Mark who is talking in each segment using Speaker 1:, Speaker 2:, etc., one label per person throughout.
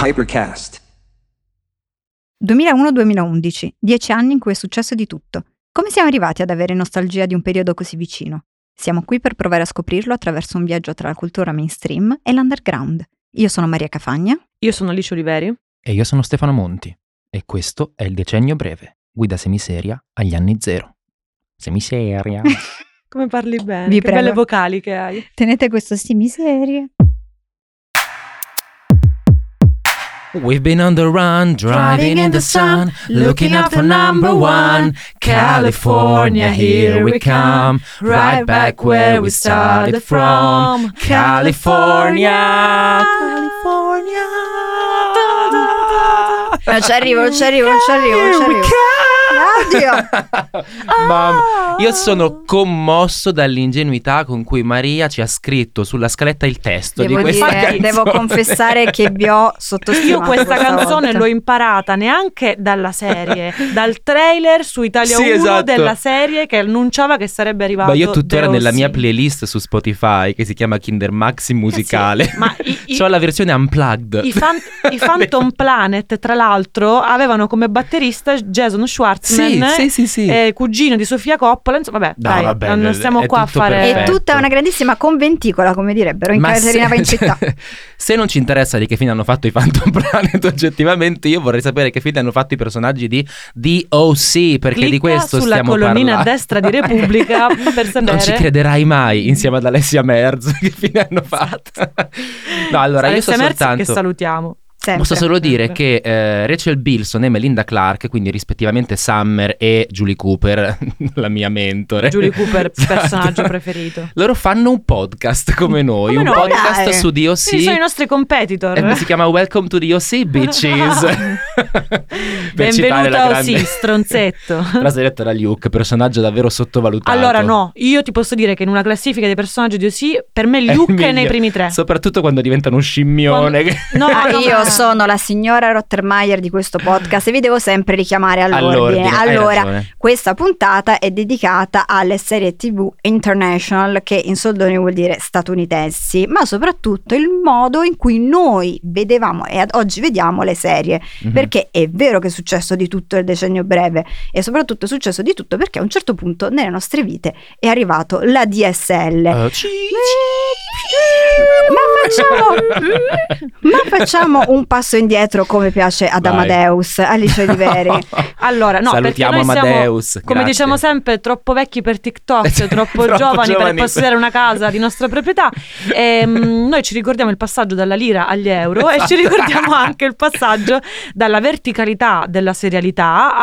Speaker 1: Hypercast.
Speaker 2: 2001-2011, 10 anni in cui è successo di tutto. Come siamo arrivati ad avere nostalgia di un periodo così vicino? Siamo qui per provare a scoprirlo attraverso un viaggio tra la cultura mainstream e l'underground. Io sono Maria Cafagna.
Speaker 3: Io sono Alice Oliveri.
Speaker 4: E io sono Stefano Monti. E questo è il Decennio Breve, guida semiseria agli anni zero. Semiseria.
Speaker 3: Come parli bene,
Speaker 2: Vi
Speaker 3: che
Speaker 2: prego.
Speaker 3: belle vocali che hai.
Speaker 2: Tenete questo semiserie.
Speaker 4: We've been on the run, driving in the sun, looking out for number one. California, here we come, right back where we started from. California, California.
Speaker 2: Ci arrivo. Oddio.
Speaker 4: Mamma, io sono commosso dall'ingenuità con cui Maria ci ha scritto sulla scaletta il testo di questa canzone.
Speaker 2: Devo confessare che vi ho sottostimato.
Speaker 3: Io questa canzone
Speaker 2: volta.
Speaker 3: l'ho imparata neanche dalla serie, dal trailer su Italia
Speaker 4: Sì,
Speaker 3: 1
Speaker 4: esatto.
Speaker 3: della serie che annunciava che sarebbe arrivato.
Speaker 4: Ma io tuttora
Speaker 3: The
Speaker 4: nella
Speaker 3: O.C.
Speaker 4: mia playlist su Spotify, che si chiama Kinder Maxi musicale,
Speaker 3: Sì, ma
Speaker 4: c'ho la versione unplugged.
Speaker 3: I Phantom Planet, tra l'altro, avevano come batterista Jason Schwartzman,
Speaker 4: sì.
Speaker 3: cugino di Sofia Coppola. Insomma, vabbè,
Speaker 4: No,
Speaker 3: dai,
Speaker 4: vabbè,
Speaker 3: non stiamo
Speaker 4: è
Speaker 3: qua a
Speaker 4: tutto
Speaker 3: fare.
Speaker 2: È
Speaker 4: perfetto.
Speaker 2: tutta una grandissima conventicola, come direbbero in Caterina in città.
Speaker 4: Se non ci interessa di che fine hanno fatto i Phantom Planet oggettivamente, io vorrei sapere che fine hanno fatto i personaggi di DOC, perché
Speaker 3: Clicca
Speaker 4: di questo
Speaker 3: sulla
Speaker 4: stiamo
Speaker 3: colonnina
Speaker 4: parlando.
Speaker 3: a destra di Repubblica per sapere.
Speaker 4: Non ci crederai mai, insieme ad Alessia Merz, che fine hanno fatto. No, allora io so
Speaker 3: Alessia Merz,
Speaker 4: soltanto...
Speaker 3: che salutiamo.
Speaker 2: Sempre.
Speaker 4: Posso solo dire
Speaker 3: sempre.
Speaker 4: che Rachel Bilson e Melinda Clarke, quindi rispettivamente Summer e Julie Cooper, la mia mentore.
Speaker 3: Julie Cooper,
Speaker 4: Esatto.
Speaker 3: personaggio preferito.
Speaker 4: Loro fanno un podcast come noi,
Speaker 3: Come
Speaker 4: un
Speaker 3: noi?
Speaker 4: podcast
Speaker 2: Dai.
Speaker 4: su DOC.
Speaker 3: Sì, sono i nostri competitor.
Speaker 4: Si chiama Welcome to DOC, bitches. Per citare la
Speaker 3: Benvenuta
Speaker 4: grande
Speaker 3: OC, stronzetto.
Speaker 4: frase detta da Luke, personaggio davvero sottovalutato.
Speaker 3: Allora no, io ti posso dire che in una classifica dei personaggi di OC, per me Luke è nei
Speaker 4: meglio.
Speaker 3: primi 3.
Speaker 4: Soprattutto quando diventano un scimmione.
Speaker 3: No,
Speaker 2: Io
Speaker 3: ma-
Speaker 2: sono la signora Rottermeier di questo podcast e vi devo sempre richiamare all'ordine.
Speaker 4: All'ordine, hai
Speaker 2: Allora,
Speaker 4: ragione.
Speaker 2: questa puntata è dedicata alle serie TV international, che in soldoni vuol dire statunitensi, ma soprattutto il modo in cui noi vedevamo e ad oggi vediamo le serie.
Speaker 4: Mhm.
Speaker 2: Perché è vero che è successo di tutto nel Decennio Breve, e soprattutto è successo di tutto perché a un certo punto nelle nostre vite è arrivato la DSL. Ma facciamo un passo indietro come piace ad
Speaker 4: Vai.
Speaker 2: Amadeus, Alice Oliveri.
Speaker 3: Allora, no,
Speaker 4: salutiamo
Speaker 3: perché noi siamo,
Speaker 4: Amadeus.
Speaker 3: come
Speaker 4: grazie.
Speaker 3: diciamo sempre, troppo vecchi per TikTok, troppo
Speaker 4: Troppo
Speaker 3: giovani per
Speaker 4: giovani.
Speaker 3: possedere una casa di nostra proprietà. Noi ci ricordiamo il passaggio dalla lira agli euro e ci ricordiamo anche il passaggio dalla verticalità della serialità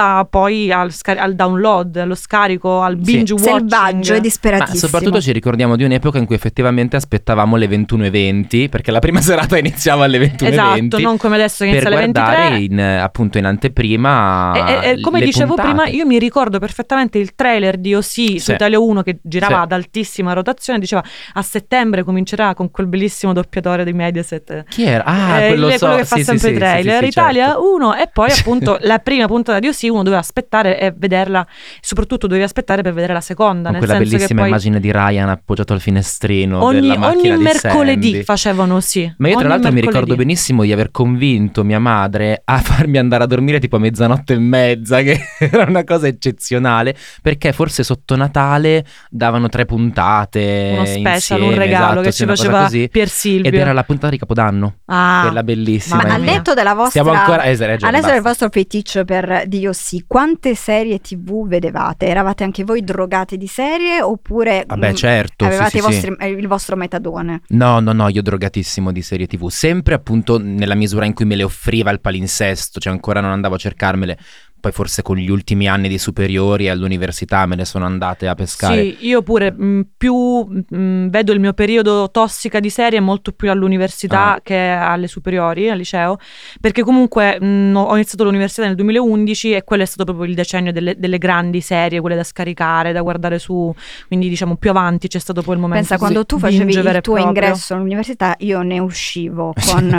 Speaker 3: al download, allo scarico, al binge watching.
Speaker 2: Selvaggio e
Speaker 4: Ma
Speaker 2: disperatissimo.
Speaker 4: soprattutto ci ricordiamo di un'epoca in cui effettivamente aspettavamo le 21:20, perché la prima serata iniziava alle 21:20.
Speaker 3: Esatto, non come adesso che
Speaker 4: per
Speaker 3: inizia alle
Speaker 4: guardare
Speaker 3: 23.
Speaker 4: appunto in anteprima
Speaker 3: E come
Speaker 4: le
Speaker 3: dicevo
Speaker 4: puntate.
Speaker 3: prima, io mi ricordo perfettamente il trailer di OC su
Speaker 4: Sì.
Speaker 3: Italia 1 che girava
Speaker 4: Sì.
Speaker 3: ad altissima rotazione, diceva a settembre comincerà con quel bellissimo doppiatore di Mediaset.
Speaker 4: Chi era? Quello so.
Speaker 3: Quello che fa
Speaker 4: sì,
Speaker 3: sempre
Speaker 4: sì,
Speaker 3: i trailer.
Speaker 4: sì,
Speaker 3: Italia
Speaker 4: certo.
Speaker 3: 1 e poi appunto la prima puntata di OC uno doveva aspettare e vederla, soprattutto dovevi aspettare per vedere la seconda,
Speaker 4: Con
Speaker 3: nel
Speaker 4: quella
Speaker 3: senso che
Speaker 4: bellissima
Speaker 3: poi
Speaker 4: immagine di Ryan appoggiato al finestrino della
Speaker 3: ogni
Speaker 4: macchina di
Speaker 3: mercoledì
Speaker 4: Sandy.
Speaker 3: facevano OC.
Speaker 4: Ma io tra
Speaker 3: Ogni
Speaker 4: l'altro mi
Speaker 3: mercoledì.
Speaker 4: ricordo benissimo di aver convinto mia madre a farmi andare a dormire tipo a 00:30, che era una cosa eccezionale, perché forse sotto Natale davano 3 puntate
Speaker 3: Uno special,
Speaker 4: insieme,
Speaker 3: un regalo
Speaker 4: esatto,
Speaker 3: che
Speaker 4: sì,
Speaker 3: ci
Speaker 4: una cosa
Speaker 3: faceva
Speaker 4: così.
Speaker 3: Pier Silvio.
Speaker 4: Ed era la puntata di Capodanno,
Speaker 3: Ah,
Speaker 4: quella bellissima.
Speaker 2: Ma al
Speaker 3: mia.
Speaker 2: netto della vostra,
Speaker 4: Siamo ancora hai ragione,
Speaker 2: adesso
Speaker 4: basta.
Speaker 2: del vostro feticcio per DOC, quante serie TV vedevate? Eravate anche voi drogati di serie oppure
Speaker 4: Vabbè, certo,
Speaker 2: avevate
Speaker 4: sì,
Speaker 2: i
Speaker 4: sì,
Speaker 2: vostri- il vostro metadone?
Speaker 4: No, io drogatissimo di serie TV, sempre appunto nella misura in cui me le offriva il palinsesto, cioè ancora non andavo a cercarmele, poi forse con gli ultimi anni di superiori all'università me ne sono andate a pescare.
Speaker 3: Sì, io pure più vedo il mio periodo tossica di serie molto più all'università che alle superiori, al liceo, perché comunque ho iniziato l'università nel 2011 e quello è stato proprio il decennio delle grandi serie, quelle da scaricare, da guardare su, quindi diciamo più avanti c'è stato poi il momento.
Speaker 2: Pensa, quando tu
Speaker 3: binge
Speaker 2: facevi
Speaker 3: vero
Speaker 2: il
Speaker 3: e
Speaker 2: tuo
Speaker 3: proprio.
Speaker 2: ingresso all'università, io ne uscivo con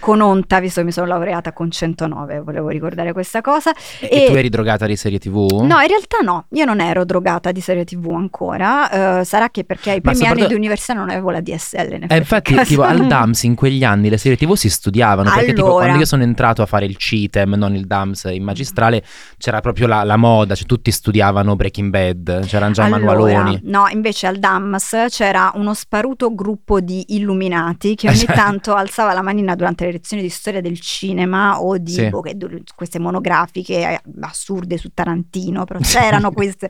Speaker 2: con onta, visto che mi sono laureata con 109, volevo ricordare questa cosa.
Speaker 4: E tu eri drogata di serie TV?
Speaker 2: No, in realtà no, io non ero drogata di serie TV ancora, sarà che perché ai primi anni di università non avevo la DSL.
Speaker 4: Infatti tipo al DAMS in quegli anni le serie TV si studiavano, perché tipo quando io sono entrato a fare il CITEM, non il DAMS in magistrale, c'era proprio la moda, cioè tutti studiavano Breaking Bad, c'erano già manualoni.
Speaker 2: No, invece al DAMS c'era uno sparuto gruppo di illuminati che ogni tanto alzava la manina durante le lezioni di storia del cinema o di queste monografiche assurde su Tarantino, però c'erano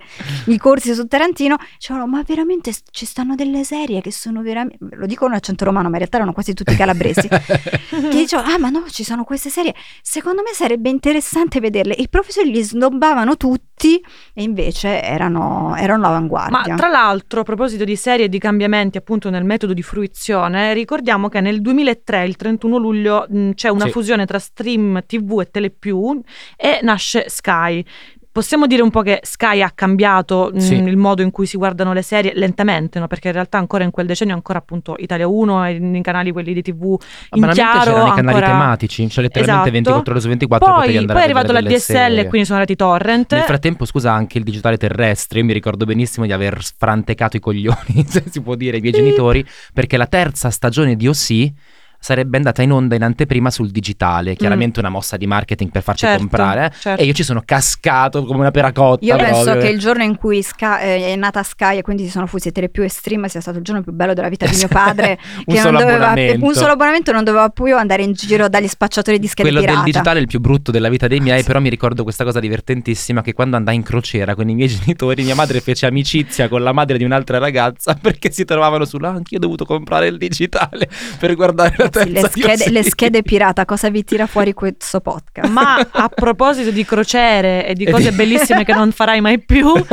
Speaker 2: i corsi su Tarantino, dicevano ma veramente ci stanno delle serie che sono veramente, lo dico con accento romano ma in realtà erano quasi tutti calabresi, che dicevano ma no, ci sono queste serie, secondo me sarebbe interessante vederle. I professori li snobbavano tutti e invece erano all'avanguardia.
Speaker 3: Ma tra l'altro, a proposito di serie e di cambiamenti appunto nel metodo di fruizione, ricordiamo che nel 2003, il 31 luglio, c'è una fusione tra Stream TV e Telepiù e nasce Sky. Possiamo dire un po' che Sky ha cambiato il modo in cui si guardano le serie lentamente, no? Perché in realtà ancora in quel decennio ancora appunto Italia 1 e i canali quelli di TV in chiaro
Speaker 4: c'erano i canali tematici, cioè letteralmente 24 ore su 24 potevi andare a vedere.
Speaker 3: Poi è arrivato la DSL e quindi sono arrivati i torrent.
Speaker 4: Nel frattempo, scusa, anche il digitale terrestre, io mi ricordo benissimo di aver sfrantecato i coglioni, se si può dire, ai miei genitori, perché la terza stagione di O.C. sarebbe andata in onda in anteprima sul digitale, chiaramente una mossa di marketing per farci comprare, e io ci sono cascato come una peracotta.
Speaker 2: Io penso che il giorno in cui è nata Sky e quindi si sono fusi Telepiù e Stream sia stato il giorno più bello della vita di mio padre, che un solo abbonamento, non doveva più andare in giro dagli spacciatori di schede pirata.
Speaker 4: Quello del digitale è il più brutto della vita dei miei, però mi ricordo questa cosa divertentissima, che quando andai in crociera con i miei genitori, mia madre fece amicizia con la madre di un'altra ragazza perché si trovavano anch'io ho dovuto comprare il digitale per guardare la
Speaker 2: le schede pirata, cosa vi tira fuori questo podcast?
Speaker 3: Ma a proposito di crociere e di cose bellissime che non farai mai più, non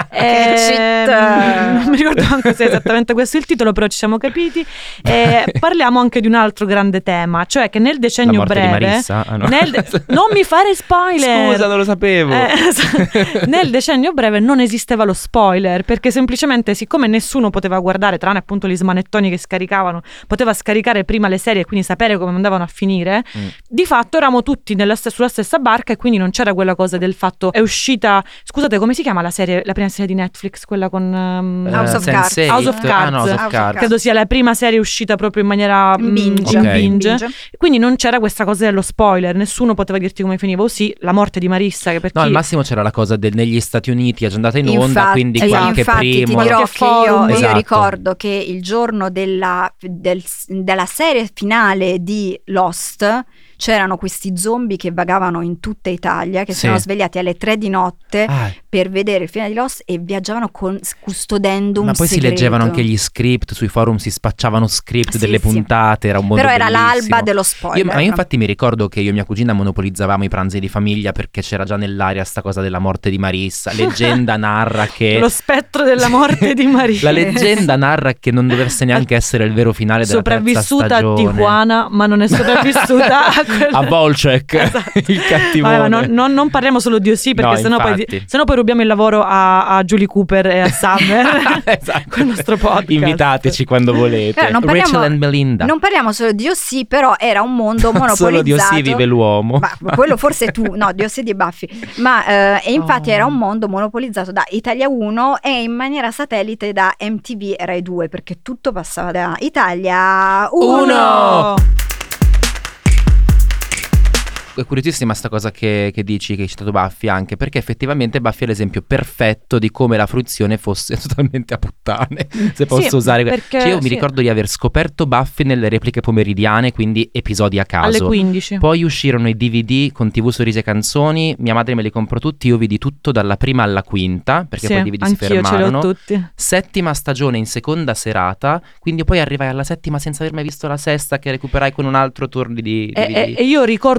Speaker 3: mi ricordo anche se è esattamente questo il titolo, però ci siamo capiti. Parliamo anche di un altro grande tema, cioè che nel decennio breve, non mi fare spoiler,
Speaker 4: scusa, non lo sapevo.
Speaker 3: Nel decennio breve non esisteva lo spoiler, perché semplicemente, siccome nessuno poteva guardare, tranne appunto gli smanettoni che scaricavano, poteva scaricare prima le serie e quindi sapere come andavano a finire, di fatto eravamo tutti sulla stessa barca, e quindi non c'era quella cosa del fatto è uscita, scusate, come si chiama la prima serie di Netflix, quella con
Speaker 2: House of Cards.
Speaker 3: House of Cards. Credo sia la prima serie uscita proprio in maniera binge. Quindi non c'era questa cosa dello spoiler, nessuno poteva dirti come finiva. Sì, la morte di Marissa, che
Speaker 4: al massimo c'era la cosa negli Stati Uniti è già andata in onda, quindi qualche primo,
Speaker 2: ti dirò che io ricordo che il giorno della serie finale di Lost c'erano questi zombie che vagavano in tutta Italia, che si erano svegliati alle 3 di notte per vedere il finale di Lost e viaggiavano custodendo un segreto.
Speaker 4: Ma poi si leggevano anche gli script, sui forum si spacciavano script delle puntate, era un mondo
Speaker 2: però
Speaker 4: bellissimo.
Speaker 2: Era l'alba dello spoiler.
Speaker 4: Io infatti mi ricordo che io e mia cugina monopolizzavamo i pranzi di famiglia perché c'era già nell'aria sta cosa della morte di Marissa. Leggenda narra che
Speaker 3: lo spettro della morte di Marissa.
Speaker 4: La leggenda narra che non dovesse neanche essere il vero finale della terza stagione.
Speaker 3: Sopravvissuta a Tijuana, ma non è sopravvissuta
Speaker 4: a Volchek, esatto. Il cattivone.
Speaker 3: Ma non parliamo solo di O.C. perché sennò poi rubiamo il lavoro a Julie Cooper e a Summer.
Speaker 4: Esatto.
Speaker 3: Con il nostro podcast.
Speaker 4: Invitateci quando volete.
Speaker 2: Rachel
Speaker 4: and Melinda.
Speaker 2: Non parliamo solo di O.C., però era un mondo monopolizzato.
Speaker 4: Solo di O.C. vive l'uomo.
Speaker 2: Ma quello forse tu, no, di O.C. di Buffy. Ma e infatti era un mondo monopolizzato da Italia 1 e in maniera satellite da MTV e Rai 2, perché tutto passava da Italia 1.
Speaker 4: È curiosissima sta cosa che dici, che hai citato Buffy, anche perché effettivamente Buffy è l'esempio perfetto di come la fruizione fosse totalmente a puttane, se posso usare. Cioè io mi ricordo di aver scoperto Buffy nelle repliche pomeridiane, quindi episodi a caso.
Speaker 3: Alle 15.
Speaker 4: Poi uscirono i DVD con TV Sorrisi e Canzoni, mia madre me li comprò tutti, io vidi tutto dalla prima alla quinta, perché poi i DVD si fermarono.
Speaker 3: Ce l'ho tutti.
Speaker 4: Settima stagione in seconda serata, quindi poi arrivai alla settima senza aver mai visto la sesta, che recuperai con un altro turno di DVD.
Speaker 3: E io ricordo un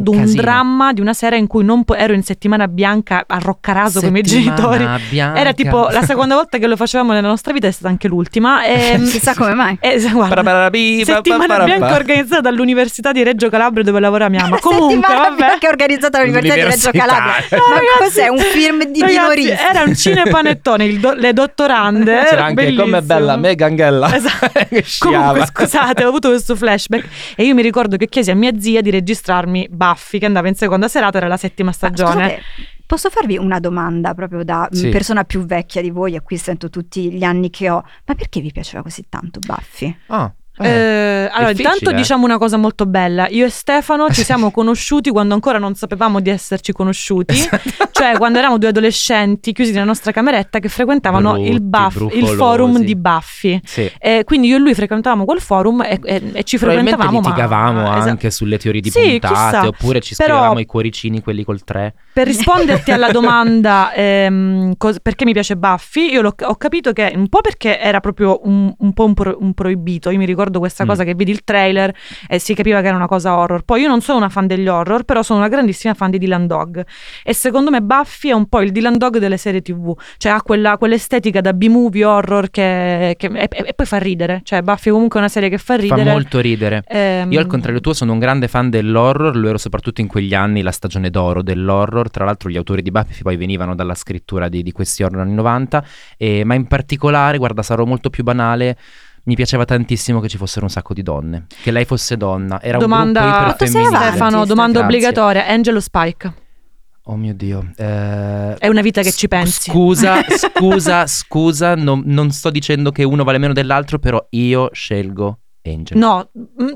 Speaker 3: dramma di una sera in cui ero in settimana bianca a Roccaraso con i miei genitori.
Speaker 4: Bianca.
Speaker 3: Era tipo la seconda volta che lo facevamo nella nostra vita, è stata anche l'ultima.
Speaker 2: Chissà come mai.
Speaker 3: Guarda, settimana bianca organizzata dall'Università di Reggio Calabria dove lavora mia mamma. Comunque, vabbè,
Speaker 2: che è organizzata dall'Università di Reggio Calabria. Ma cos'è, un film di Dino
Speaker 3: Era un cinepanettone, le dottorande.
Speaker 4: C'era anche Come Bella Megan Ghella.
Speaker 3: Esatto. Comunque, scusate, ho avuto questo flashback e io mi ricordo che chiesi a mia zia di registrarmi Buffy, che andava in seconda serata, era la 7ª stagione.
Speaker 2: Scusate, posso farvi una domanda proprio da persona più vecchia di voi, a cui sento tutti gli anni che ho, ma perché vi piaceva così tanto Buffy?
Speaker 3: Allora, intanto diciamo una cosa molto bella. Io e Stefano ci siamo conosciuti quando ancora non sapevamo di esserci conosciuti, cioè quando eravamo 2 adolescenti chiusi nella nostra cameretta che frequentavano il forum di Buffy. Quindi io e lui frequentavamo quel forum e ci frequentavamo.
Speaker 4: Litigavamo anche sulle teorie di puntate, oppure ci scrivevamo i cuoricini, quelli col 3.
Speaker 3: Per risponderti alla domanda perché mi piace Buffy, io ho capito che un po' perché era proprio un po' un proibito. Io mi ricordo questa cosa che vidi il trailer e si capiva che era una cosa horror. Poi io non sono una fan degli horror, però sono una grandissima fan di Dylan Dog, e secondo me Buffy è un po' il Dylan Dog delle serie TV, cioè ha quell'estetica da B-movie horror e poi fa ridere, cioè Buffy comunque è una serie che fa ridere.
Speaker 4: Fa molto ridere. Io al contrario tuo sono un grande fan dell'horror, lo ero soprattutto in quegli anni, la stagione d'oro dell'horror. Tra l'altro gli autori di Buffy poi venivano dalla scrittura di questi horror anni 90, ma in particolare, guarda, sarò molto più banale, mi piaceva tantissimo che ci fossero un sacco di donne, che lei fosse donna. Era
Speaker 3: domanda,
Speaker 4: un gruppo iperfemminile.
Speaker 3: Stefano, domanda obbligatoria: Angelo Spike?
Speaker 4: Oh mio Dio,
Speaker 3: è una vita che ci pensi.
Speaker 4: Scusa, non sto dicendo che uno vale meno dell'altro, però io scelgo Angelo.
Speaker 3: No.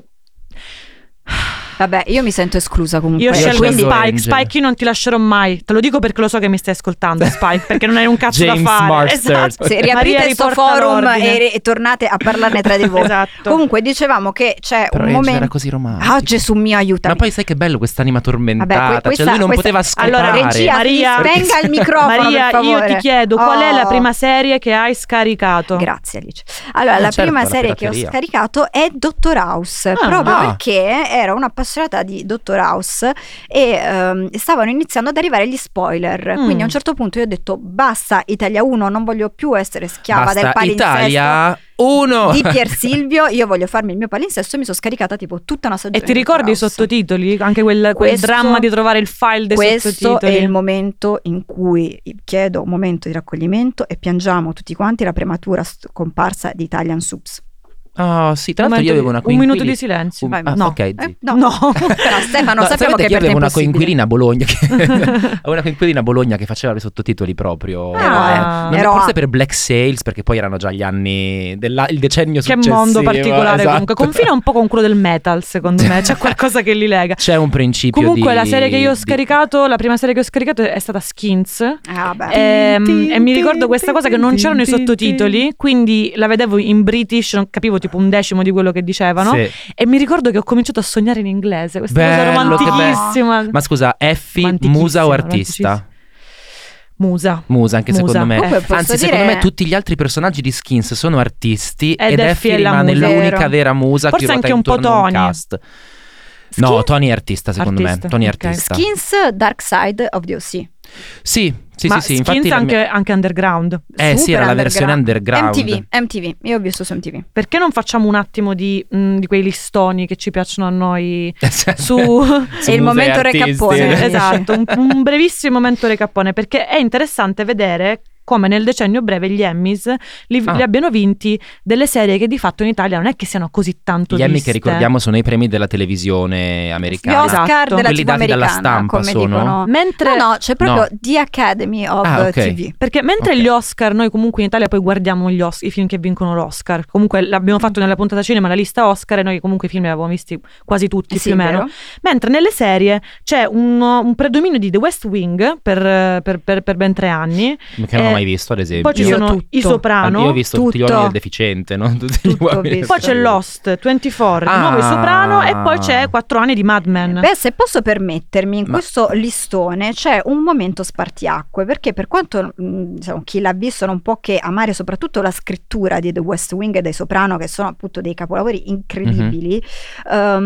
Speaker 2: Vabbè, io mi sento esclusa comunque.
Speaker 3: Io scelgo Spike.
Speaker 4: Angel.
Speaker 3: Spike io non ti lascerò mai. Te lo dico perché lo so che mi stai ascoltando, Spike, perché non hai un cazzo
Speaker 4: James
Speaker 3: da fare.
Speaker 4: Marsters.
Speaker 3: Esatto.
Speaker 2: Se riaprite questo forum e tornate a parlarne tra di voi.
Speaker 3: Esatto.
Speaker 2: Comunque dicevamo che c'è
Speaker 4: però
Speaker 2: un
Speaker 4: Angel
Speaker 2: momento.
Speaker 4: era così romantico.
Speaker 2: Ah, Gesù mio, aiutami.
Speaker 4: Ma poi sai che bello quest'anima tormentata.
Speaker 2: Vabbè,
Speaker 4: cioè lui non poteva scopare.
Speaker 2: Allora, regia,
Speaker 3: Maria,
Speaker 2: spenga il microfono,
Speaker 3: Maria,
Speaker 2: per favore.
Speaker 3: io ti chiedo qual è la prima serie che hai scaricato?
Speaker 2: Grazie Alice. Allora, la
Speaker 4: certo,
Speaker 2: prima
Speaker 4: la
Speaker 2: serie che ho
Speaker 4: pirateria.
Speaker 2: scaricato è Dottor House, proprio perché ero un'appassionata di Dottor House e stavano iniziando ad arrivare gli spoiler. Quindi a un certo punto io ho detto basta Italia 1, non voglio più essere schiava del palinsesto
Speaker 4: Italia 1
Speaker 2: di Pier Silvio, io voglio farmi il mio palinsesto e mi sono scaricata tipo tutta una stagione.
Speaker 3: E ti ricordi i sottotitoli? Anche quel dramma di trovare il file dei sottotitoli.
Speaker 2: Questo è il momento in cui chiedo un momento di raccoglimento e piangiamo tutti quanti la prematura scomparsa di Italian Subs.
Speaker 4: Oh sì, tra l'altro io avevo una
Speaker 3: un minuto di silenzio.
Speaker 2: No.
Speaker 4: Ok,
Speaker 2: No, Stefano, sappiamo che
Speaker 4: io
Speaker 2: per te
Speaker 4: avevo
Speaker 2: è
Speaker 4: una
Speaker 2: possibile.
Speaker 4: coinquilina a Bologna avevo una coinquilina a Bologna che faceva i sottotitoli proprio. Forse per Black Sails, perché poi erano già gli anni il decennio
Speaker 3: che
Speaker 4: successivo.
Speaker 3: mondo particolare,
Speaker 4: esatto.
Speaker 3: Comunque confina un po' con quello del metal, secondo me c'è qualcosa che li lega.
Speaker 4: C'è un principio
Speaker 3: comunque la serie che io ho scaricato, la prima serie che ho scaricato è stata Skins. E mi ricordo questa cosa che non c'erano i sottotitoli, quindi la vedevo in British, non capivo tipo un decimo di quello che dicevano,
Speaker 4: Sì.
Speaker 3: e mi ricordo che ho cominciato a sognare in inglese, questa
Speaker 4: Bello,
Speaker 3: cosa
Speaker 4: che
Speaker 3: romantichissima.
Speaker 4: Ma scusa, Effie, musa o artista?
Speaker 3: Musa,
Speaker 4: anche secondo me. Anzi, secondo me tutti gli altri personaggi di Skins sono artisti ed Effie rimane l'unica vera musa.
Speaker 3: Forse
Speaker 4: che
Speaker 3: anche un po'
Speaker 4: intorno a
Speaker 3: Tony.
Speaker 4: Cast. No, Tony è artista secondo me. Tony è
Speaker 3: ok.
Speaker 4: artista.
Speaker 2: Skins, Dark Side of the OC.
Speaker 4: Sì.
Speaker 3: Ma
Speaker 4: Infatti
Speaker 3: Skins anche underground.
Speaker 4: sì,
Speaker 2: Super
Speaker 4: era la versione underground.
Speaker 2: MTV, io ho visto su MTV.
Speaker 3: Perché non facciamo un attimo di quei listoni che ci piacciono a noi su
Speaker 2: È il momento recappone.
Speaker 3: Esatto, un brevissimo momento recappone, perché è interessante vedere come nel decennio breve gli Emmys li abbiano vinti delle serie che di fatto in Italia non è che siano così tanto
Speaker 4: Gli Emmy
Speaker 3: viste.
Speaker 4: che ricordiamo sono i premi della televisione americana.
Speaker 2: Gli Oscar
Speaker 3: Esatto.
Speaker 2: della
Speaker 4: Quelli
Speaker 2: TV
Speaker 4: dati
Speaker 2: americana,
Speaker 4: dalla stampa
Speaker 2: come
Speaker 4: sono?
Speaker 2: dicono.
Speaker 3: Mentre
Speaker 2: No, c'è proprio The Academy of
Speaker 4: ok.
Speaker 2: TV.
Speaker 3: Perché mentre gli Oscar, noi comunque in Italia poi guardiamo i film che vincono l'Oscar, comunque l'abbiamo fatto nella puntata cinema la lista Oscar e noi comunque i film li avevamo visti quasi tutti
Speaker 2: Sì,
Speaker 3: più o meno,
Speaker 2: vero.
Speaker 3: mentre nelle serie c'è un predominio di The West Wing per ben 3 anni,
Speaker 4: Che non ho mai visto, ad esempio.
Speaker 3: poi ci sono
Speaker 2: tutto.
Speaker 3: I Soprano,
Speaker 4: Io ho visto tutti gli
Speaker 2: tutto.
Speaker 4: uomini del deficiente, non tutti gli
Speaker 2: Tutto
Speaker 4: uomini.
Speaker 2: visto.
Speaker 3: poi c'è Lost, 24, di nuovo I Soprano, e poi c'è 4 anni di Mad Men.
Speaker 2: Beh, se posso permettermi, in questo listone c'è un momento spartiacque, perché per quanto diciamo, chi l'ha visto non può che amare soprattutto la scrittura di The West Wing e dei Soprano, che sono appunto dei capolavori incredibili,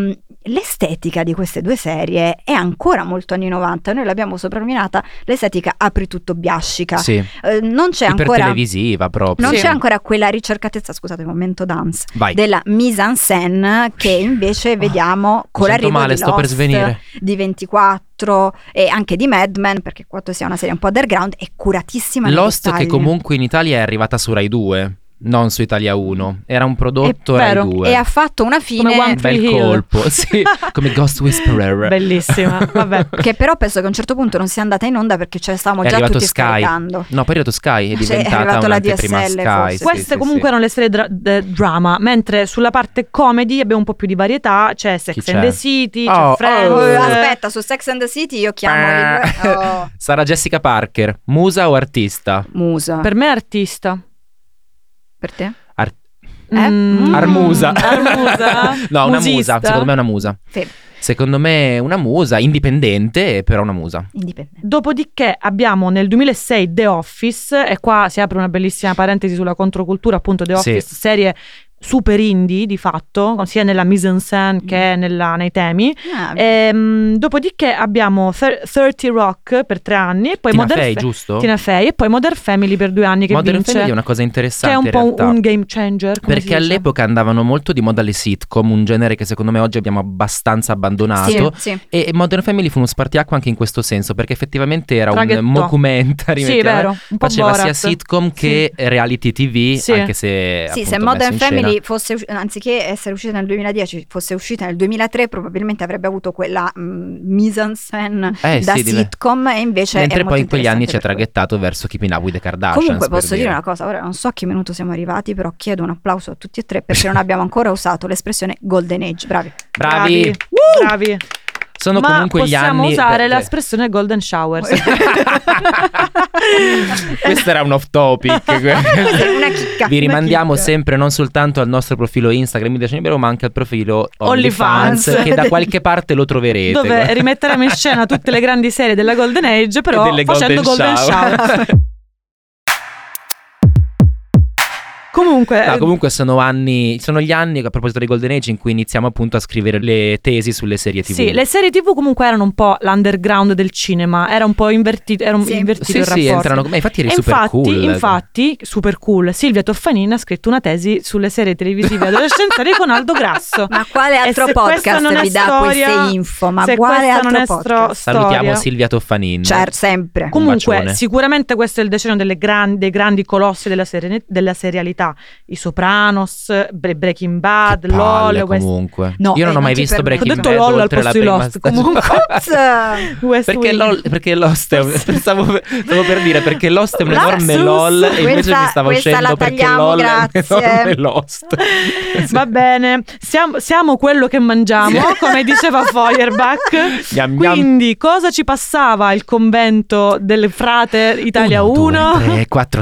Speaker 2: l'estetica di queste due serie è ancora molto anni 90. Noi l'abbiamo soprannominata l'estetica apri tutto biascica.
Speaker 4: Sì.
Speaker 2: Non c'è
Speaker 4: Iper
Speaker 2: ancora
Speaker 4: televisiva proprio.
Speaker 2: non
Speaker 3: Sì.
Speaker 2: c'è ancora quella ricercatezza, scusate, momento dance,
Speaker 4: Vai.
Speaker 2: della mise en scène che invece vediamo con
Speaker 4: Mi sento
Speaker 2: l'arrivo
Speaker 4: male,
Speaker 2: di
Speaker 4: sto per
Speaker 2: Lost,
Speaker 4: svenire.
Speaker 2: di 24 e anche di Mad Men, perché quanto sia una serie un po' underground, è curatissima nei
Speaker 4: Lost che
Speaker 2: dettagli.
Speaker 4: comunque in Italia è arrivata su Rai 2, non su Italia 1. Era un prodotto
Speaker 3: È
Speaker 4: Rai
Speaker 3: vero.
Speaker 4: 2.
Speaker 2: E ha fatto una fine
Speaker 3: Come One
Speaker 4: Bel
Speaker 3: Tree Hill.
Speaker 4: colpo, sì, come Ghost Whisperer.
Speaker 3: Bellissima, vabbè.
Speaker 2: che però penso che a un certo punto non sia andata in onda perché ce ne stavamo
Speaker 4: È
Speaker 2: già
Speaker 4: arrivato
Speaker 2: tutti
Speaker 4: Sky.
Speaker 2: scaricando.
Speaker 4: No, poi è arrivato Sky, è
Speaker 2: Cioè, è
Speaker 4: diventata
Speaker 2: arrivato la
Speaker 4: un'anteprima
Speaker 2: DSL
Speaker 4: Sky.
Speaker 2: forse.
Speaker 4: sì,
Speaker 3: Queste
Speaker 4: sì,
Speaker 3: comunque
Speaker 4: sì.
Speaker 3: erano le serie drama, mentre sulla parte comedy abbiamo un po' più di varietà, c'è Sex
Speaker 4: Chi
Speaker 3: and
Speaker 4: c'è?
Speaker 3: the City,
Speaker 4: Oh,
Speaker 3: c'è Friends.
Speaker 4: oh.
Speaker 2: Aspetta, su Sex and the City io chiamo il
Speaker 4: Sarà Jessica Parker, musa o artista?
Speaker 2: Musa.
Speaker 3: Per me è artista.
Speaker 2: Per te?
Speaker 4: Armusa.
Speaker 3: Armusa?
Speaker 4: No, una
Speaker 3: Musista?
Speaker 4: musa, secondo me è una musa.
Speaker 2: Sì,
Speaker 4: Secondo me è una musa, indipendente, però una musa.
Speaker 2: indipendente.
Speaker 3: Dopodiché abbiamo nel 2006 The Office, e qua si apre una bellissima parentesi sulla controcultura, appunto The
Speaker 4: Sì.
Speaker 3: Office, serie super indie di fatto, sia nella mise en scène che nei temi.
Speaker 2: Ah,
Speaker 3: Dopodiché abbiamo 30 Rock per 3 anni, e poi
Speaker 4: Tina
Speaker 3: Modern
Speaker 4: Fey, giusto?
Speaker 3: Tina Fey, e poi Modern Family per 2 anni che
Speaker 4: Modern
Speaker 3: vince,
Speaker 4: Family è una cosa
Speaker 3: che
Speaker 4: interessante
Speaker 3: è un
Speaker 4: in
Speaker 3: po'
Speaker 4: realtà.
Speaker 3: un game changer, come si
Speaker 4: Perché
Speaker 3: dice?
Speaker 4: all'epoca andavano molto di moda le sitcom, un genere che secondo me oggi abbiamo abbastanza abbandonato.
Speaker 2: sì, sì.
Speaker 4: E Modern Family fu uno spartiacque anche in questo senso, perché effettivamente era
Speaker 3: Traghetto.
Speaker 4: un mockumentary,
Speaker 3: Sì,
Speaker 4: mettiamola.
Speaker 3: vero, un po'
Speaker 4: Faceva sia
Speaker 3: Borat.
Speaker 4: sitcom che reality TV,
Speaker 3: Sì.
Speaker 4: anche se
Speaker 2: Sì,
Speaker 4: appunto
Speaker 2: se
Speaker 4: messo
Speaker 2: Modern
Speaker 4: in scena.
Speaker 2: Family fosse anziché essere uscita nel 2010 fosse uscita nel 2003, probabilmente avrebbe avuto quella mise en scène da
Speaker 4: sì,
Speaker 2: sitcom, e invece
Speaker 4: Mentre
Speaker 2: è
Speaker 4: poi
Speaker 2: molto
Speaker 4: in quegli anni ci ha
Speaker 2: interessante per
Speaker 4: traghettato verso Keeping Up with the
Speaker 2: quello.
Speaker 4: Kardashians.
Speaker 2: Comunque
Speaker 4: per
Speaker 2: posso dire una cosa, ora non so a che minuto siamo arrivati, però chiedo un applauso a tutti e tre perché non abbiamo ancora usato l'espressione Golden Age, bravi.
Speaker 4: Bravi!
Speaker 3: Bravi.
Speaker 4: Sono
Speaker 3: Ma
Speaker 4: comunque gli
Speaker 3: possiamo
Speaker 4: anni.
Speaker 3: usare l'espressione golden showers.
Speaker 4: Questo era un off topic.
Speaker 2: Una chicca.
Speaker 4: Vi rimandiamo
Speaker 3: chicca.
Speaker 4: sempre non soltanto al nostro profilo Instagram Ida Cenibero, ma anche al profilo
Speaker 3: OnlyFans.
Speaker 4: OnlyFans, che da qualche parte lo troverete.
Speaker 3: Dove rimetteremo in scena tutte le grandi serie della Golden Age, però
Speaker 4: E delle
Speaker 3: facendo golden shower.
Speaker 4: Comunque sono gli anni, a proposito dei Golden Age, in cui iniziamo appunto a scrivere le tesi sulle serie TV.
Speaker 3: Sì, le serie TV comunque erano un po' l'underground del cinema, era un po' invertito, invertito il rapporto.
Speaker 4: entrano. Ma infatti eri super cool.
Speaker 3: Infatti, super cool. Silvia Toffanin ha scritto una tesi sulle serie televisive adolescenziali con Aldo Grasso.
Speaker 2: Ma quale
Speaker 3: E
Speaker 2: altro
Speaker 3: se questa
Speaker 2: podcast
Speaker 3: non è
Speaker 2: vi dà
Speaker 3: storia-
Speaker 2: queste info? Ma
Speaker 3: se
Speaker 2: quale
Speaker 3: questa non
Speaker 2: altro
Speaker 3: è
Speaker 2: podcast?
Speaker 4: Salutiamo
Speaker 3: storia.
Speaker 4: Silvia Toffanin.
Speaker 2: Certo, sempre.
Speaker 3: Comunque,
Speaker 4: bacione.
Speaker 3: sicuramente questo è il decennio dei grandi colossi della serialità. I Sopranos, Breaking Bad,
Speaker 4: Che palle,
Speaker 3: LOL, West...
Speaker 4: comunque.
Speaker 2: No,
Speaker 4: Io non ho mai
Speaker 2: non ci
Speaker 4: visto
Speaker 2: permetto.
Speaker 4: Breaking
Speaker 3: Ho detto
Speaker 4: Bad
Speaker 3: LOL al
Speaker 4: oltre la
Speaker 3: posto di
Speaker 4: prima
Speaker 3: Lost,
Speaker 4: stagione.
Speaker 3: comunque. West
Speaker 4: Perché
Speaker 3: Wing.
Speaker 4: perché Lost è stavo per dire perché Lost è un enorme
Speaker 3: Lapsus.
Speaker 4: LOL e invece mi stavo
Speaker 2: Questa
Speaker 4: uscendo
Speaker 2: la
Speaker 4: perché
Speaker 2: tagliamo,
Speaker 4: LOL
Speaker 2: grazie.
Speaker 4: è un enorme Lost.
Speaker 3: Va bene, siamo quello che mangiamo, come diceva Feuerbach.
Speaker 4: Gnam, gnam.
Speaker 3: Quindi, cosa ci passava il convento del frate Italia 1?
Speaker 4: 1, 2, 3, 4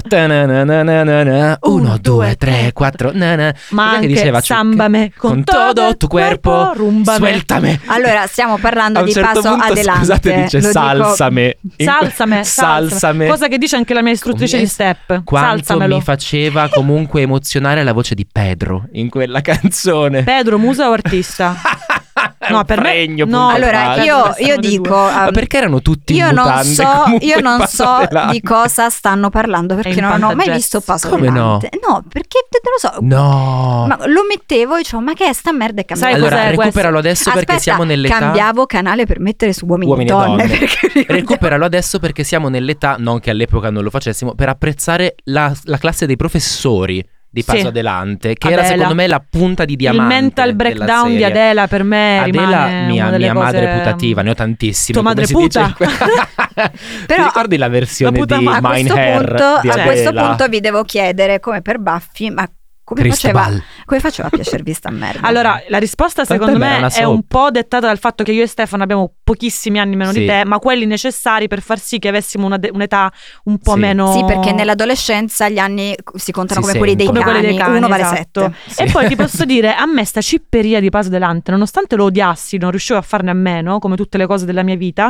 Speaker 4: 1, 2, 3, 4
Speaker 3: Ma
Speaker 4: che
Speaker 3: anche
Speaker 4: diceva
Speaker 3: Sambame
Speaker 4: con todo tu cuerpo,
Speaker 3: rumbame.
Speaker 4: suéltame.
Speaker 2: Allora, stiamo parlando
Speaker 4: A un
Speaker 2: di
Speaker 4: certo
Speaker 2: passo
Speaker 4: punto,
Speaker 2: adelante.
Speaker 4: scusate, dice
Speaker 2: Lo dico-
Speaker 4: salsame.
Speaker 3: Salsame. Cosa che dice anche la mia istruttrice di step.
Speaker 4: Quanto
Speaker 3: Salsamelo.
Speaker 4: mi faceva comunque emozionare la voce di Pedro in quella canzone.
Speaker 3: Pedro, musa o artista?
Speaker 4: È
Speaker 3: No,
Speaker 4: un
Speaker 3: per me
Speaker 4: fregno
Speaker 3: no.
Speaker 4: puntata.
Speaker 2: Allora,
Speaker 3: Pedro
Speaker 2: io
Speaker 3: restano dei
Speaker 2: dico,
Speaker 3: due.
Speaker 4: Ma perché erano tutti in
Speaker 2: io non
Speaker 4: mutande
Speaker 2: so,
Speaker 4: comunque
Speaker 2: io non
Speaker 4: Passo
Speaker 2: so
Speaker 4: Adelante?
Speaker 2: di cosa stanno parlando perché
Speaker 3: in
Speaker 2: non ho mai
Speaker 3: Pantagest.
Speaker 2: visto Passo
Speaker 4: Come no?
Speaker 2: Adelante. No, perché non lo so.
Speaker 4: No.
Speaker 2: Ma lo mettevo e dicevo, ma che è sta merda? E cambiavo.
Speaker 3: Sai
Speaker 4: Allora
Speaker 3: cos'è
Speaker 4: recuperalo adesso perché
Speaker 2: Aspetta,
Speaker 4: siamo nell'età.
Speaker 2: cambiavo canale per mettere su uomini,
Speaker 4: Uomini
Speaker 2: e
Speaker 4: e
Speaker 2: donne.
Speaker 4: donne.
Speaker 2: Perché
Speaker 4: Recuperalo adesso perché siamo nell'età, non che all'epoca non lo facessimo, per apprezzare la classe dei professori di Passo
Speaker 3: Sì.
Speaker 4: Adelante, che
Speaker 3: Adela.
Speaker 4: era secondo me la punta di
Speaker 3: Il
Speaker 4: diamante.
Speaker 3: mental
Speaker 4: della
Speaker 3: breakdown di
Speaker 4: serie.
Speaker 3: Adela per me rimane
Speaker 4: Adela,
Speaker 3: una delle
Speaker 4: mia
Speaker 3: cose...
Speaker 4: madre putativa, ne ho tantissime.
Speaker 3: Tua
Speaker 4: come
Speaker 3: madre
Speaker 4: si dice.
Speaker 3: puta?
Speaker 4: Ti ricordi la versione
Speaker 3: la puta
Speaker 4: di
Speaker 3: ma-
Speaker 2: a questo
Speaker 4: Mine Hair
Speaker 2: punto,
Speaker 4: di
Speaker 2: a questo
Speaker 4: Adela?
Speaker 2: punto vi devo chiedere, come per Buffy, ma come
Speaker 4: Cristobal.
Speaker 2: faceva a piacervi sta merda?
Speaker 3: Allora, la risposta secondo
Speaker 4: Tanto era
Speaker 3: me
Speaker 4: una
Speaker 3: è
Speaker 4: soap.
Speaker 3: un po' dettata dal fatto che io e Stefano abbiamo pochissimi anni meno
Speaker 4: Sì.
Speaker 3: di te, ma quelli necessari per far sì che avessimo un'età un po'
Speaker 4: Sì.
Speaker 3: meno...
Speaker 2: Sì, perché nell'adolescenza gli anni si contano
Speaker 4: Si
Speaker 2: come quelli dei
Speaker 3: come
Speaker 2: cani,
Speaker 3: quelli dei cani,
Speaker 2: uno vale
Speaker 3: esatto.
Speaker 2: 7.
Speaker 3: E poi ti posso dire, a me sta cipperia di Paso Adelante, nonostante lo odiassi, non riuscivo a farne a meno, come tutte le cose della mia vita,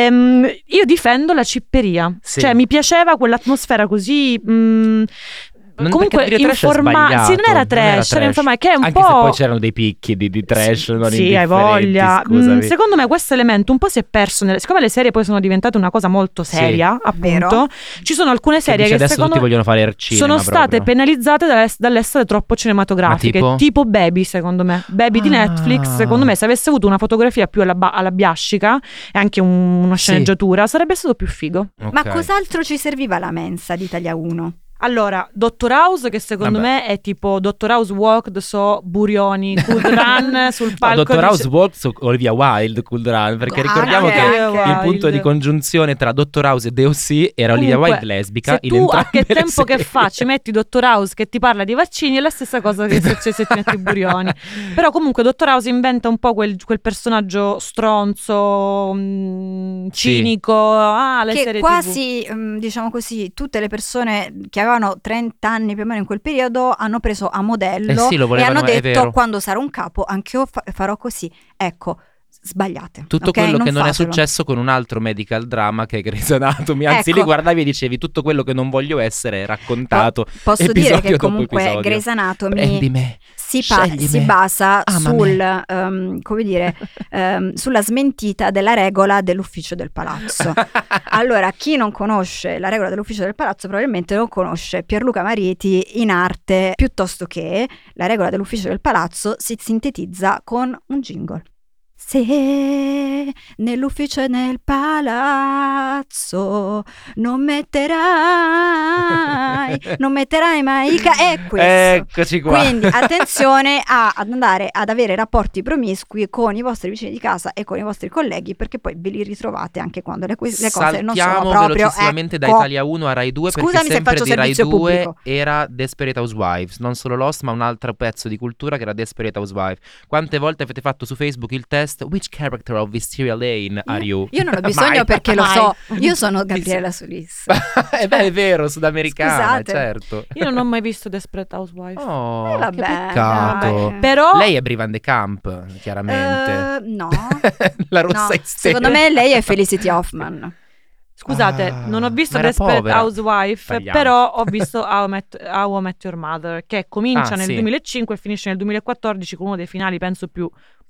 Speaker 3: io difendo la cipperia.
Speaker 4: Sì.
Speaker 3: Cioè mi piaceva quell'atmosfera così... comunque
Speaker 4: informale.
Speaker 3: Sì, non era trash, era informale, che è un
Speaker 4: anche
Speaker 3: po'.
Speaker 4: se poi c'erano dei picchi di trash non
Speaker 3: sì, hai voglia. Secondo me questo elemento un po' si è perso siccome le serie poi sono diventate una cosa molto seria, appunto. Ci sono alcune serie che
Speaker 4: adesso
Speaker 3: secondo
Speaker 4: tutti vogliono fare il cinema,
Speaker 3: sono state
Speaker 4: proprio
Speaker 3: penalizzate dall'essere troppo cinematografiche, tipo Baby, secondo me. Baby di Netflix, secondo me, se avesse avuto una fotografia più alla biascica e anche una sceneggiatura, sarebbe stato più figo.
Speaker 2: Ma cos'altro ci serviva la mensa di Italia 1?
Speaker 3: Allora, Dottor House, che secondo me è tipo Dottor House Walked, Burioni, Cool Run sul palco.
Speaker 4: Dottor House Walked su Olivia Wilde, Cool Run, perché ricordiamo che il punto di congiunzione tra Dottor House e DOC era Olivia Wilde lesbica.
Speaker 3: Se tu a che tempo che fa ci metti Dottor House che ti parla di vaccini, è la stessa cosa che se ti metti Burioni. Però comunque Dottor House inventa un po' quel personaggio stronzo, cinico, le
Speaker 2: che
Speaker 3: serie
Speaker 2: quasi, diciamo così, tutte le persone che avevano 30 anni più o meno in quel periodo hanno preso a modello e hanno detto quando sarò un capo anche io farò così. Ecco, sbagliate.
Speaker 4: Tutto quello che non è successo con un altro medical drama che è Grey's Anatomy, anzi lì guardavi e dicevi tutto quello che non voglio essere è raccontato.
Speaker 2: Posso dire che comunque Grey's Anatomy si basa come dire, sulla smentita della regola dell'ufficio del palazzo. Allora, chi non conosce la regola dell'ufficio del palazzo probabilmente non conosce Pierluca Marieti in arte, piuttosto che la regola dell'ufficio del palazzo si sintetizza con un jingle. Se nell'ufficio e nel palazzo non metterai mai è questo.
Speaker 4: Eccoci qua.
Speaker 2: Quindi attenzione ad andare ad avere rapporti promiscui con i vostri vicini di casa e con i vostri colleghi, perché poi ve li ritrovate anche quando le cose non sono proprio
Speaker 4: velocissimamente da Italia 1 a Rai 2.
Speaker 2: Scusami
Speaker 4: perché sempre
Speaker 2: se faccio
Speaker 4: di Rai 2
Speaker 2: pubblico.
Speaker 4: era Desperate Housewives, non solo Lost ma un altro pezzo di cultura che era Desperate Housewives. Quante volte avete fatto su Facebook il test which character of Wisteria Lane are you?
Speaker 2: Io non ho bisogno perché lo so, io sono Gabriella Solis.
Speaker 4: È vero, sudamericana.
Speaker 2: Scusate.
Speaker 4: Certo.
Speaker 3: Io non ho mai visto Desperate Housewives.
Speaker 4: Che
Speaker 2: Vabbè.
Speaker 4: peccato.
Speaker 3: Però
Speaker 4: lei è Brivan de Camp, chiaramente.
Speaker 2: No.
Speaker 4: La rossa
Speaker 2: No, secondo me lei è Felicity Huffman.
Speaker 3: Scusate, non ho visto Desperate Housewife, però ho visto How I Met Your Mother, che comincia nel 2005 e finisce nel 2014 con uno dei finali, penso più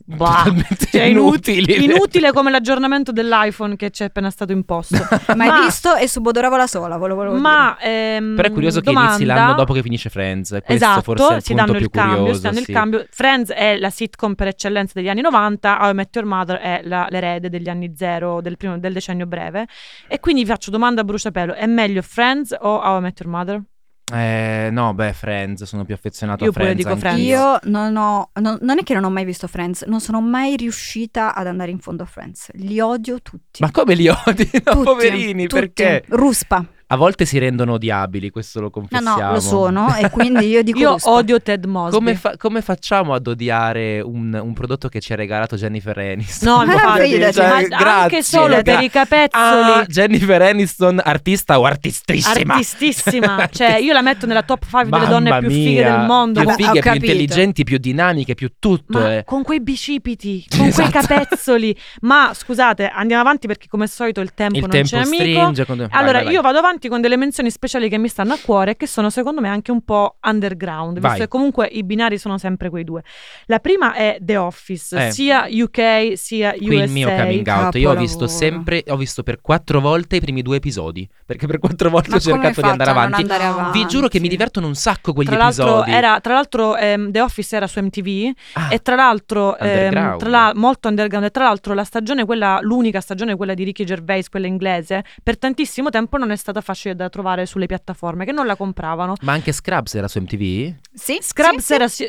Speaker 3: inutile come l'aggiornamento dell'iPhone che ci è appena stato imposto.
Speaker 2: Mai visto e subodoravo la sola, volevo
Speaker 4: però è curioso che inizi l'anno dopo che finisce Friends. Questo forse è il punto più curioso.
Speaker 3: Il cambio. Friends è la sitcom per eccellenza degli anni 90, How I Met Your Mother è l'erede degli anni 0 del decennio breve, e quindi vi faccio domanda a bruciapelo: è meglio Friends o How I Met Your Mother?
Speaker 4: No, Friends, sono più affezionato a
Speaker 3: Io
Speaker 4: Friends.
Speaker 3: pure dico Friends.
Speaker 2: Io non è che non ho mai visto Friends, non sono mai riuscita ad andare in fondo a Friends. Li odio tutti.
Speaker 4: Ma come li odi? No, poverini,
Speaker 2: tutti.
Speaker 4: Perché?
Speaker 2: Ruspa.
Speaker 4: A volte si rendono odiabili, questo lo confessiamo.
Speaker 2: No, lo sono, e quindi io dico
Speaker 3: io
Speaker 2: ruspa.
Speaker 3: odio Ted Mosby.
Speaker 4: Come facciamo ad odiare un prodotto che ci ha regalato Jennifer Aniston?
Speaker 3: No, infatti, ma anche solo per i capezzoli.
Speaker 4: Jennifer Aniston, artista o artistissima?
Speaker 3: Artistissima. Cioè, io la metto nella top 5 delle donne più fighe del mondo.
Speaker 4: Più fighe, più intelligenti, più dinamiche, più tutto.
Speaker 3: Ma con quei bicipiti, con quei capezzoli. Ma scusate, andiamo avanti perché come al solito il tempo non c'è amico. Allora, io vado avanti con delle menzioni speciali che mi stanno a cuore, che sono secondo me anche un po' underground, visto che comunque i binari sono sempre quei due. La prima è The Office, sia UK sia USA.
Speaker 4: Qui il mio coming out. Io ho visto per 4 volte i primi 2 episodi, perché per 4 volte ho cercato di andare avanti. Vi giuro che mi divertono un sacco quegli episodi.
Speaker 3: Tra l'altro The Office era su MTV e tra l'altro molto underground, e tra l'altro l'unica stagione, quella di Ricky Gervais, quella inglese, per tantissimo tempo non è stata facile da trovare sulle piattaforme, che non la compravano.
Speaker 4: Ma anche Scrubs era su MTV?
Speaker 2: Sì,
Speaker 3: Scrubs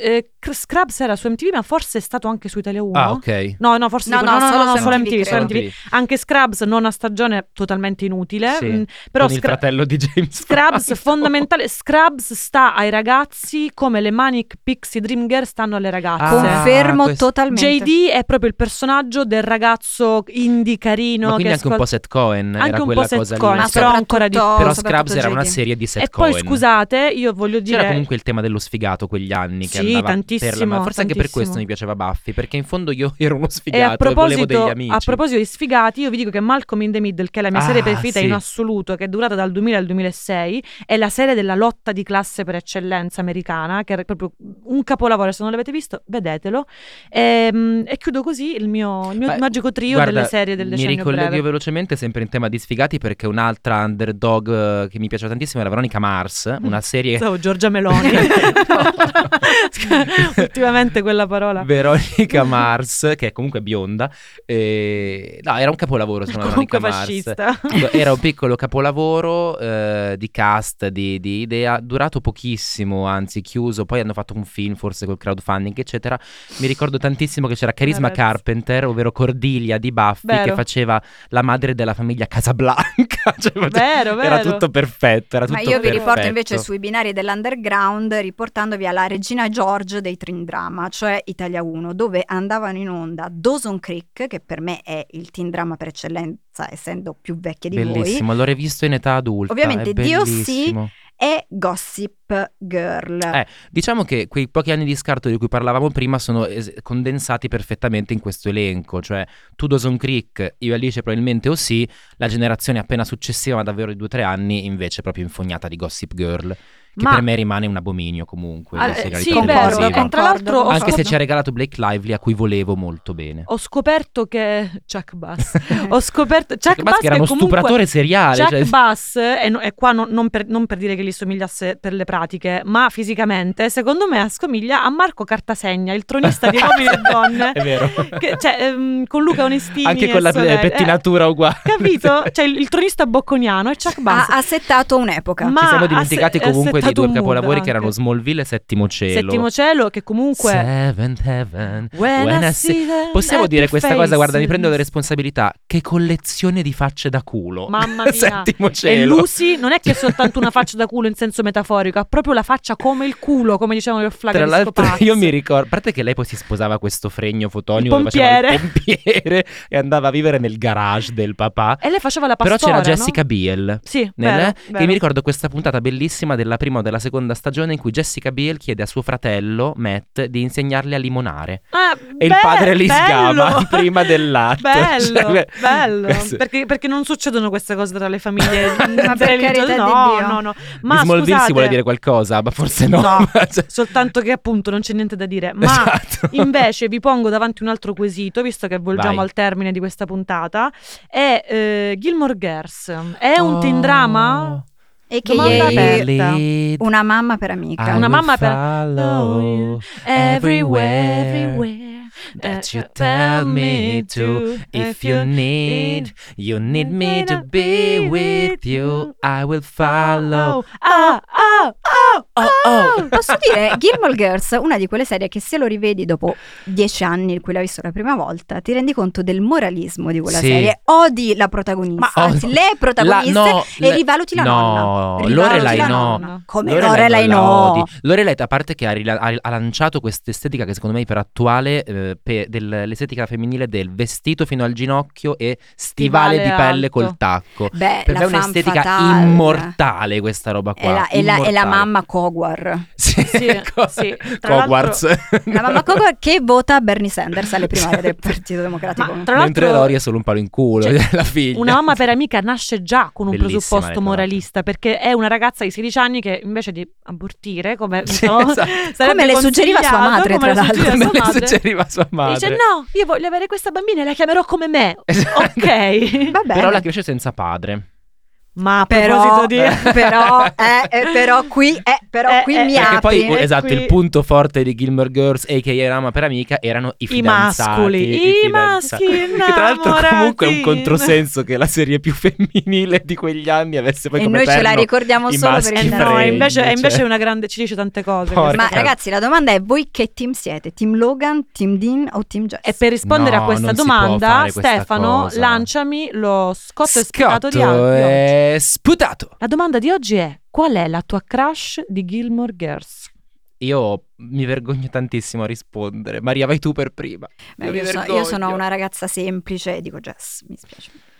Speaker 3: era su MTV, ma forse è stato anche su Italia 1.
Speaker 4: Ah, ok.
Speaker 3: No, forse solo MTV. Anche Scrubs, nona stagione, totalmente inutile.
Speaker 4: Sì,
Speaker 3: però
Speaker 4: con il fratello di James
Speaker 3: Scrubs fondamentale. Scrubs sta ai ragazzi come le Manic Pixie Dream Girl stanno alle ragazze.
Speaker 2: Confermo totalmente.
Speaker 3: JD è proprio il personaggio del ragazzo indie carino.
Speaker 4: Ma quindi anche un po' Seth Cohen.
Speaker 3: Anche
Speaker 4: era
Speaker 3: un
Speaker 4: quella
Speaker 3: po' Seth
Speaker 4: cosa
Speaker 3: Cohen,
Speaker 4: lì.
Speaker 3: però ancora di più.
Speaker 4: Però
Speaker 2: soprattutto
Speaker 4: Scrubs era una
Speaker 2: JD.
Speaker 4: serie di Seth
Speaker 3: E poi
Speaker 4: Cohen.
Speaker 3: scusate, io voglio dire...
Speaker 4: C'era comunque il tema dello sfigato quegli anni che
Speaker 3: Sì,
Speaker 4: andava
Speaker 3: tantissimo,
Speaker 4: per la... Forse anche per
Speaker 3: tantissimo.
Speaker 4: questo mi piaceva Buffy, perché in fondo io ero uno
Speaker 3: E
Speaker 4: sfigato e volevo degli amici.
Speaker 3: a proposito di sfigati, io vi dico che Malcolm in the Middle, che è la mia serie preferita
Speaker 4: sì.
Speaker 3: in assoluto, che è durata dal 2000 al 2006, è la serie della lotta di classe per eccellenza americana, che è proprio un capolavoro. Se non l'avete visto, vedetelo. E chiudo così il mio magico trio
Speaker 4: Guarda,
Speaker 3: delle serie del
Speaker 4: mi
Speaker 3: decennio
Speaker 4: ricollego
Speaker 3: breve.
Speaker 4: io velocemente sempre in tema di sfigati, perché un'altra underdog che mi piaceva tantissimo era Veronica Mars, una serie...
Speaker 3: Pensavo Giorgia Meloni. Ultimamente quella parola.
Speaker 4: Veronica Mars, che è comunque bionda, no, era un capolavoro, secondo me,
Speaker 3: Comunque
Speaker 4: Veronica Mars.
Speaker 3: fascista.
Speaker 4: Era un piccolo capolavoro di cast, di idea, durato pochissimo, anzi chiuso. Poi hanno fatto un film, forse col crowdfunding, eccetera. Mi ricordo tantissimo che c'era Charisma
Speaker 3: Ragazzi.
Speaker 4: Carpenter, ovvero Cordelia di Buffy,
Speaker 3: Vero.
Speaker 4: che faceva la madre della famiglia Casablanca. Cioè,
Speaker 3: Vero,
Speaker 4: era
Speaker 3: vero.
Speaker 4: tutto perfetto. Era tutto
Speaker 2: Ma io vi riporto
Speaker 4: perfetto.
Speaker 2: invece sui binari dell'underground, riportandovi alla Regina George dei teen drama, cioè Italia 1, dove andavano in onda Dawson Creek, che per me è il teen drama per eccellenza, essendo più vecchia di
Speaker 4: Bellissimo, l'ho rivisto in età adulta.
Speaker 2: Ovviamente
Speaker 4: è
Speaker 2: DOC
Speaker 4: bellissimo.
Speaker 2: e Gossip Girl.
Speaker 4: Diciamo che quei pochi anni di scarto di cui parlavamo prima sono condensati perfettamente in questo elenco, cioè tu Dawson Creek, io Alice probabilmente o sì, la generazione appena successiva, ma davvero di 2 o 3 anni, invece proprio infognata di Gossip Girl, che
Speaker 3: Ma-
Speaker 4: per me rimane un abominio comunque. la serialità
Speaker 3: sì,
Speaker 2: Concordo,
Speaker 3: vero.
Speaker 4: televisiva.
Speaker 3: E tra l'altro ho
Speaker 4: Anche se
Speaker 3: scop-
Speaker 4: ci ha regalato Blake Lively, a cui volevo molto bene.
Speaker 3: ho scoperto che Chuck Bass. Ho scoperto Chuck
Speaker 4: Bass
Speaker 3: Bass
Speaker 4: che era uno
Speaker 3: comunque...
Speaker 4: stupratore seriale.
Speaker 3: Chuck
Speaker 4: cioè-
Speaker 3: Bass, e qua non per dire che gli somigliasse per le pratiche, ma fisicamente, secondo me assomiglia a Marco Cartasegna, il tronista di Uomini e Donne.
Speaker 4: È vero.
Speaker 3: Con Luca Onestini.
Speaker 4: Anche
Speaker 3: e
Speaker 4: con la
Speaker 3: Soleil.
Speaker 4: pettinatura uguale.
Speaker 3: Capito? Cioè il tronista bocconiano è Chuck Bass.
Speaker 2: Ha settato un'epoca.
Speaker 3: Ma
Speaker 4: Ci siamo
Speaker 3: ha
Speaker 4: dimenticati
Speaker 3: ha
Speaker 4: comunque di
Speaker 3: settato
Speaker 4: 2
Speaker 3: un mood
Speaker 4: capolavori che erano
Speaker 3: anche.
Speaker 4: Smallville e Settimo Cielo.
Speaker 3: Settimo Cielo, che comunque...
Speaker 4: Seventh Heaven.
Speaker 3: When
Speaker 4: When
Speaker 3: I
Speaker 4: I see-
Speaker 3: see them
Speaker 4: Possiamo
Speaker 3: happy
Speaker 4: dire questa cosa, guarda, mi prendo le
Speaker 3: faces.
Speaker 4: responsabilità. Che collezione di facce da culo.
Speaker 3: Mamma mia.
Speaker 4: Settimo
Speaker 3: E
Speaker 4: Cielo.
Speaker 3: Lucy non è che è soltanto una faccia da culo in senso metaforico, ha proprio la faccia come il culo, come dicevano il
Speaker 4: Tra
Speaker 3: Flaga
Speaker 4: l'altro
Speaker 3: Disco
Speaker 4: io mi ricordo, a parte che lei poi si sposava questo fregno fotonico
Speaker 3: Il
Speaker 4: che faceva il
Speaker 3: pompiere.
Speaker 4: pompiere e andava a vivere nel garage del papà.
Speaker 3: E lei faceva la
Speaker 4: Però
Speaker 3: pastora,
Speaker 4: c'era
Speaker 3: no?
Speaker 4: Jessica Biel.
Speaker 3: Sì,
Speaker 4: Che
Speaker 3: vero.
Speaker 4: mi ricordo questa puntata bellissima della prima o della seconda stagione in cui Jessica Biel chiede a suo fratello Matt di insegnarle a limonare.
Speaker 3: Ah,
Speaker 4: E il padre li
Speaker 3: bello.
Speaker 4: sgama prima del latte.
Speaker 3: Bello,
Speaker 4: Cioè,
Speaker 3: bello.
Speaker 4: questo-
Speaker 3: Perché non succedono queste cose tra le famiglie.
Speaker 2: Ma per carità di
Speaker 3: no,
Speaker 2: Dio.
Speaker 3: no.
Speaker 4: Di
Speaker 3: Ma
Speaker 4: Smallville
Speaker 3: scusate,
Speaker 4: si vuole dire qualcosa, ma forse no.
Speaker 3: No.
Speaker 4: Cioè,
Speaker 3: soltanto che appunto non c'è niente da dire. Ma
Speaker 4: esatto.
Speaker 3: invece vi pongo davanti un altro quesito, visto che volgiamo
Speaker 4: Vai.
Speaker 3: al termine di questa puntata. È Gilmore Girls. È un teen drama?
Speaker 2: E che
Speaker 3: Domanda
Speaker 2: ieri
Speaker 3: aperta.
Speaker 2: una mamma per amica.
Speaker 3: Una mamma per-
Speaker 4: follow
Speaker 3: Everywhere.
Speaker 4: that you tell me to. If you need me to be with you, I will follow. Oh.
Speaker 2: Posso dire, Gilmore Girls, una di quelle serie che se lo rivedi dopo 10 anni in cui l'hai visto la prima volta, ti rendi conto del moralismo di quella
Speaker 4: Sì.
Speaker 2: serie. Odi la protagonista,
Speaker 4: Ma-
Speaker 2: anzi le protagoniste, e rivaluti la nonna.
Speaker 4: No,
Speaker 2: Rivaluti
Speaker 4: Lorelai
Speaker 2: la
Speaker 4: no.
Speaker 2: nonna. Come Lorelai
Speaker 4: non la
Speaker 2: no?
Speaker 4: odi. Lorelai, a parte che ha lanciato questa estetica che secondo me è iperattuale, l'estetica femminile del vestito fino al ginocchio e stivale
Speaker 3: Stivale
Speaker 4: di pelle
Speaker 3: alto.
Speaker 4: col tacco.
Speaker 2: Beh,
Speaker 4: Per
Speaker 2: la
Speaker 4: me è
Speaker 2: femme
Speaker 4: un'estetica
Speaker 2: fatale.
Speaker 4: immortale questa roba qua.
Speaker 2: E la
Speaker 4: immortale.
Speaker 2: mamma Cogwar.
Speaker 4: Sì,
Speaker 3: Sì, sì. Tra
Speaker 4: Hogwarts.
Speaker 2: La mamma Cogwar che vota Bernie Sanders alle primarie del Partito Democratico.
Speaker 3: Ma tra
Speaker 4: Mentre
Speaker 3: l'altro
Speaker 4: Rory è solo un palo in culo,
Speaker 3: cioè,
Speaker 4: la figlia.
Speaker 3: una mamma per amica nasce già con un
Speaker 4: Bellissima,
Speaker 3: presupposto
Speaker 4: tra l'altro.
Speaker 3: moralista, perché è una ragazza di 16 anni che invece di abortire, come
Speaker 4: Sì,
Speaker 3: no,
Speaker 4: esatto.
Speaker 3: sarebbe
Speaker 2: Come le suggeriva sua
Speaker 3: consigliato,
Speaker 2: madre,
Speaker 3: come
Speaker 2: tra
Speaker 3: le suggeriva
Speaker 4: Come
Speaker 3: sua
Speaker 4: le
Speaker 3: madre,
Speaker 4: suggeriva sua madre.
Speaker 3: dice no, io voglio avere questa bambina e la chiamerò come me.
Speaker 4: Esatto.
Speaker 3: Ok.
Speaker 2: Vabbè.
Speaker 4: Però la cresce senza padre.
Speaker 3: Ma a
Speaker 2: Però,
Speaker 3: proposito di
Speaker 2: però qui mi
Speaker 4: Perché
Speaker 2: apri.
Speaker 4: poi, esatto,
Speaker 3: qui-
Speaker 4: il punto forte di Gilmore Girls, a.k.a. Rama per amica, erano i fidanzati.
Speaker 3: mascoli, i
Speaker 4: fidanzati.
Speaker 3: maschi
Speaker 4: Che tra l'altro comunque è un
Speaker 3: innamorati.
Speaker 4: controsenso che la serie più femminile di quegli anni avesse poi
Speaker 2: E
Speaker 4: come
Speaker 2: noi ce la
Speaker 4: perno
Speaker 2: ricordiamo
Speaker 4: i
Speaker 2: solo per
Speaker 4: maschi
Speaker 2: il
Speaker 3: no,
Speaker 2: fregni,
Speaker 3: invece
Speaker 4: cioè.
Speaker 3: è una grande, ci dice tante cose.
Speaker 4: Porca.
Speaker 2: Ma
Speaker 3: questa.
Speaker 2: ragazzi, la domanda è: voi che team siete? Team Logan, Team Dean o Team Jess?
Speaker 3: E per rispondere
Speaker 4: No,
Speaker 3: a questa
Speaker 4: non si può
Speaker 3: domanda,
Speaker 4: fare questa
Speaker 3: Stefano,
Speaker 4: cosa.
Speaker 3: lanciami lo scotto e sputato di
Speaker 4: Scotto
Speaker 3: oggi.
Speaker 4: è sputato.
Speaker 3: La domanda di oggi è: qual è la tua crush di Gilmore Girls?
Speaker 4: Io mi vergogno tantissimo a rispondere. Maria, vai tu per prima.
Speaker 2: Beh,
Speaker 4: mi
Speaker 2: io sono
Speaker 4: vergogno.
Speaker 2: una ragazza semplice e dico Jess, mi spiace.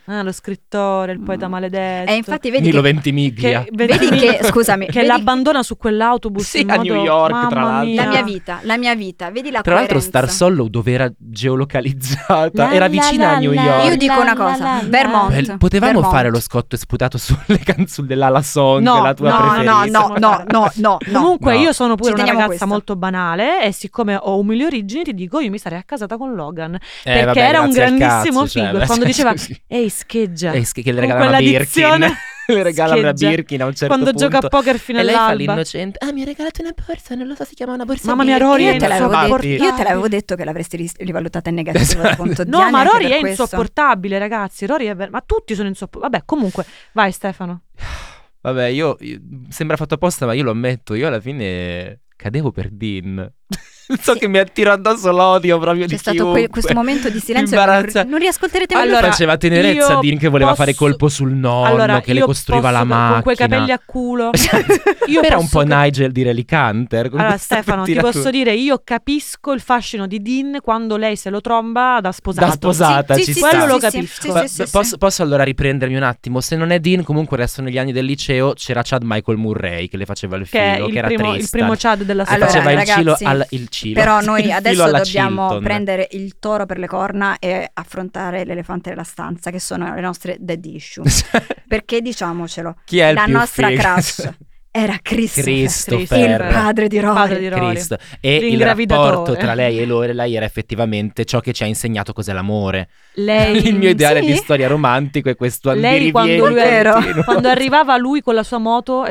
Speaker 3: Lo scrittore, il poeta maledetto.
Speaker 2: E infatti vedi
Speaker 4: Milo
Speaker 2: che,
Speaker 4: Ventimiglia.
Speaker 2: vedi che, scusami,
Speaker 3: che
Speaker 2: vedi
Speaker 3: l'abbandona su quell'autobus
Speaker 4: Sì,
Speaker 3: in
Speaker 4: a
Speaker 3: modo,
Speaker 4: New York,
Speaker 3: mamma
Speaker 4: tra l'altro.
Speaker 3: mia.
Speaker 2: la mia vita, vedi la
Speaker 4: Tra l'altro
Speaker 2: coerenza.
Speaker 4: Star Hollow dove era geolocalizzata,
Speaker 3: La,
Speaker 4: era
Speaker 3: la,
Speaker 4: vicina
Speaker 3: la,
Speaker 4: a New
Speaker 3: la.
Speaker 4: York.
Speaker 2: Io dico una cosa, Vermont.
Speaker 4: Potevamo
Speaker 2: Vermont.
Speaker 4: fare lo scotto e sputato sulle canzoni dell'Ala Song,
Speaker 3: No,
Speaker 4: la tua
Speaker 2: no,
Speaker 4: preferita.
Speaker 2: no.
Speaker 3: Comunque
Speaker 4: No.
Speaker 3: io sono pure
Speaker 2: Ci
Speaker 3: una
Speaker 2: teniamo
Speaker 3: ragazza
Speaker 2: questa.
Speaker 3: molto banale e siccome ho umili origini ti dico io mi sarei accasata con Logan perché
Speaker 4: vabbè,
Speaker 3: era un
Speaker 4: grazie al
Speaker 3: grandissimo
Speaker 4: cazzo, cioè,
Speaker 3: figo
Speaker 4: nel
Speaker 3: quando
Speaker 4: senso,
Speaker 3: diceva
Speaker 4: sì.
Speaker 3: ehi scheggia
Speaker 4: Che le
Speaker 3: con
Speaker 4: regala una
Speaker 3: quella
Speaker 4: Birkin.
Speaker 3: dizione,
Speaker 4: Le regala una
Speaker 3: scheggia.
Speaker 4: Birkin a un certo
Speaker 3: quando
Speaker 4: punto.
Speaker 3: gioca a poker fino
Speaker 4: E lei fa
Speaker 3: all'alba.
Speaker 4: l'innocente. Mi ha regalato una borsa, non lo so, si chiama una borsa
Speaker 3: Mamma mia,
Speaker 4: Birkin.
Speaker 3: Rory è
Speaker 2: Io te l'avevo
Speaker 3: insopportabile.
Speaker 2: detto, io te l'avevo detto che l'avresti rivalutata in negativo dal punto di
Speaker 3: No,
Speaker 2: Diana,
Speaker 3: ma
Speaker 2: anche
Speaker 3: Rory
Speaker 2: per
Speaker 3: è
Speaker 2: questo.
Speaker 3: insopportabile, ragazzi. Rory è ma tutti sono insopportabili. Vabbè, comunque, vai Stefano.
Speaker 4: Vabbè, io sembra fatto apposta, ma io lo ammetto, io alla fine cadevo per Dean. So
Speaker 2: Sì.
Speaker 4: che mi attiro addosso l'odio proprio
Speaker 2: C'è
Speaker 4: di
Speaker 2: stato
Speaker 4: chiunque.
Speaker 2: questo momento di silenzio che
Speaker 4: Imbarazza-
Speaker 2: non riascolterete mai.
Speaker 3: Allora,
Speaker 4: Faceva tenerezza
Speaker 3: io
Speaker 4: Dean che voleva
Speaker 3: posso-
Speaker 4: fare colpo sul nonno,
Speaker 3: allora,
Speaker 4: che le
Speaker 3: io
Speaker 4: costruiva
Speaker 3: posso-
Speaker 4: la macchina.
Speaker 3: con quei capelli a culo. Io
Speaker 4: Era un
Speaker 3: posso
Speaker 4: po' Nigel di Relicanter. con
Speaker 3: Allora
Speaker 4: questa
Speaker 3: Stefano, ti
Speaker 4: pettinatura.
Speaker 3: posso dire, io capisco il fascino di Dean quando lei se lo tromba da sposato.
Speaker 4: Da sposata,
Speaker 2: Sì,
Speaker 4: ci
Speaker 2: sì,
Speaker 4: sta.
Speaker 3: Quello lo
Speaker 2: sì,
Speaker 3: capisco.
Speaker 2: sì, sì, sì,
Speaker 4: Posso allora riprendermi un attimo? Se non è Dean, comunque il resto negli anni del liceo c'era Chad Michael Murray che le faceva il
Speaker 3: che è
Speaker 4: filo,
Speaker 3: il
Speaker 4: che era
Speaker 3: primo, il
Speaker 4: Tristan.
Speaker 3: primo Chad della
Speaker 4: E
Speaker 3: storia.
Speaker 2: Allora,
Speaker 4: faceva
Speaker 2: ragazzi,
Speaker 4: il cilo.
Speaker 2: Però noi
Speaker 4: Il filo
Speaker 2: adesso
Speaker 4: alla
Speaker 2: dobbiamo
Speaker 4: Chilton.
Speaker 2: prendere il toro per le corna e affrontare l'elefante della stanza, che sono le nostre dead issue. Perché diciamocelo,
Speaker 4: Chi è il
Speaker 2: la
Speaker 4: più
Speaker 2: nostra
Speaker 4: figo?
Speaker 2: crush era Christopher,
Speaker 4: Christopher.
Speaker 2: il padre di Rory.
Speaker 3: padre di Rory.
Speaker 4: Cristo. E il
Speaker 3: L'ingravidatore.
Speaker 4: rapporto tra lei e Lorelai era effettivamente ciò che ci ha insegnato cos'è l'amore.
Speaker 3: Lei,
Speaker 4: Il mio ideale
Speaker 2: sì.
Speaker 4: di storia romantico è questo
Speaker 3: lei quando, lui
Speaker 2: Vero.
Speaker 3: quando arrivava lui con la sua moto e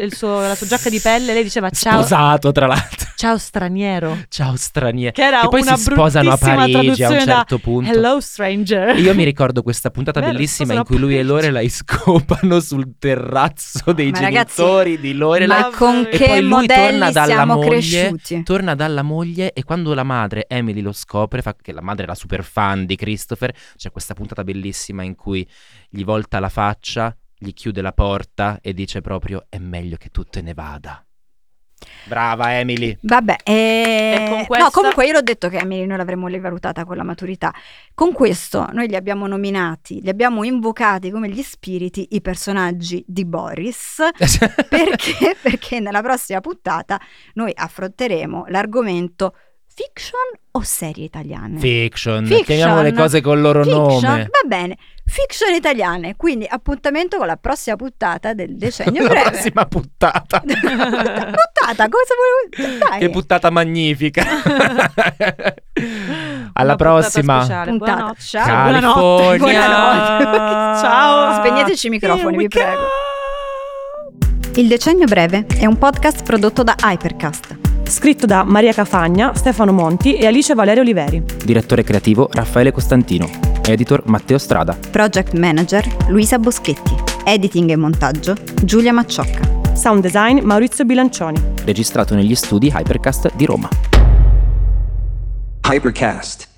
Speaker 3: la sua giacca di pelle, lei diceva ciao,
Speaker 4: sposato tra l'altro.
Speaker 3: ciao straniero.
Speaker 4: Ciao straniero.
Speaker 3: Che era
Speaker 4: Che poi
Speaker 3: una
Speaker 4: si sposano a
Speaker 3: bruttissima
Speaker 4: Parigi a un
Speaker 3: traduzione da
Speaker 4: certo punto.
Speaker 3: Hello stranger.
Speaker 4: Io mi ricordo questa puntata
Speaker 3: Vero,
Speaker 4: bellissima
Speaker 3: sposano
Speaker 4: in cui
Speaker 3: a
Speaker 4: lui e
Speaker 3: Parigi.
Speaker 4: Lorelai scopano sul terrazzo dei
Speaker 2: Ma ragazzi,
Speaker 4: genitori di Lorelai.
Speaker 2: Ma con
Speaker 3: E
Speaker 2: che
Speaker 4: poi lui
Speaker 2: modelli
Speaker 4: torna dalla
Speaker 2: siamo
Speaker 4: moglie,
Speaker 2: cresciuti?
Speaker 4: torna dalla moglie e quando la madre Emily lo scopre, che la madre era super fan di Christopher, c'è questa puntata bellissima in cui gli volta la faccia, gli chiude la porta e dice proprio è meglio che tu te ne vada. Brava Emily.
Speaker 2: Vabbè,
Speaker 3: E con questa-
Speaker 2: no, comunque io l'ho detto che Emily noi l'avremmo rivalutata con la maturità. Con questo noi li abbiamo nominati, li abbiamo invocati come gli spiriti, i personaggi di Boris. Perché nella prossima puntata noi affronteremo l'argomento fiction o serie italiane.
Speaker 4: Fiction.
Speaker 2: Fiction.
Speaker 4: Chiamiamo le cose col loro
Speaker 2: Fiction,
Speaker 4: nome.
Speaker 2: va bene, fiction italiane, quindi appuntamento con la prossima puntata del decennio
Speaker 4: La
Speaker 2: breve.
Speaker 4: prossima puntata.
Speaker 2: Puntata, cosa volevo... Dai.
Speaker 4: Che puntata magnifica. Alla
Speaker 3: Una puntata
Speaker 4: prossima.
Speaker 3: speciale.
Speaker 2: Puntata.
Speaker 3: Buonanotte.
Speaker 2: Ciao.
Speaker 4: California.
Speaker 2: Buonanotte.
Speaker 3: Ciao.
Speaker 2: Spegneteci i microfoni,
Speaker 3: Here
Speaker 2: vi
Speaker 3: we
Speaker 2: prego.
Speaker 3: go.
Speaker 2: Il Decennio Breve è un podcast prodotto da Hypercast.
Speaker 3: Scritto da Maria Cafagna, Stefano Monti e Alice Valeria Oliveri.
Speaker 1: Direttore creativo Raffaele Costantino. Editor Matteo Strada.
Speaker 2: Project Manager Luisa Boschetti. Editing e montaggio Giulia Macciocca.
Speaker 3: Sound design Maurizio Bilancioni.
Speaker 1: Registrato negli studi Hypercast di Roma.
Speaker 5: Hypercast.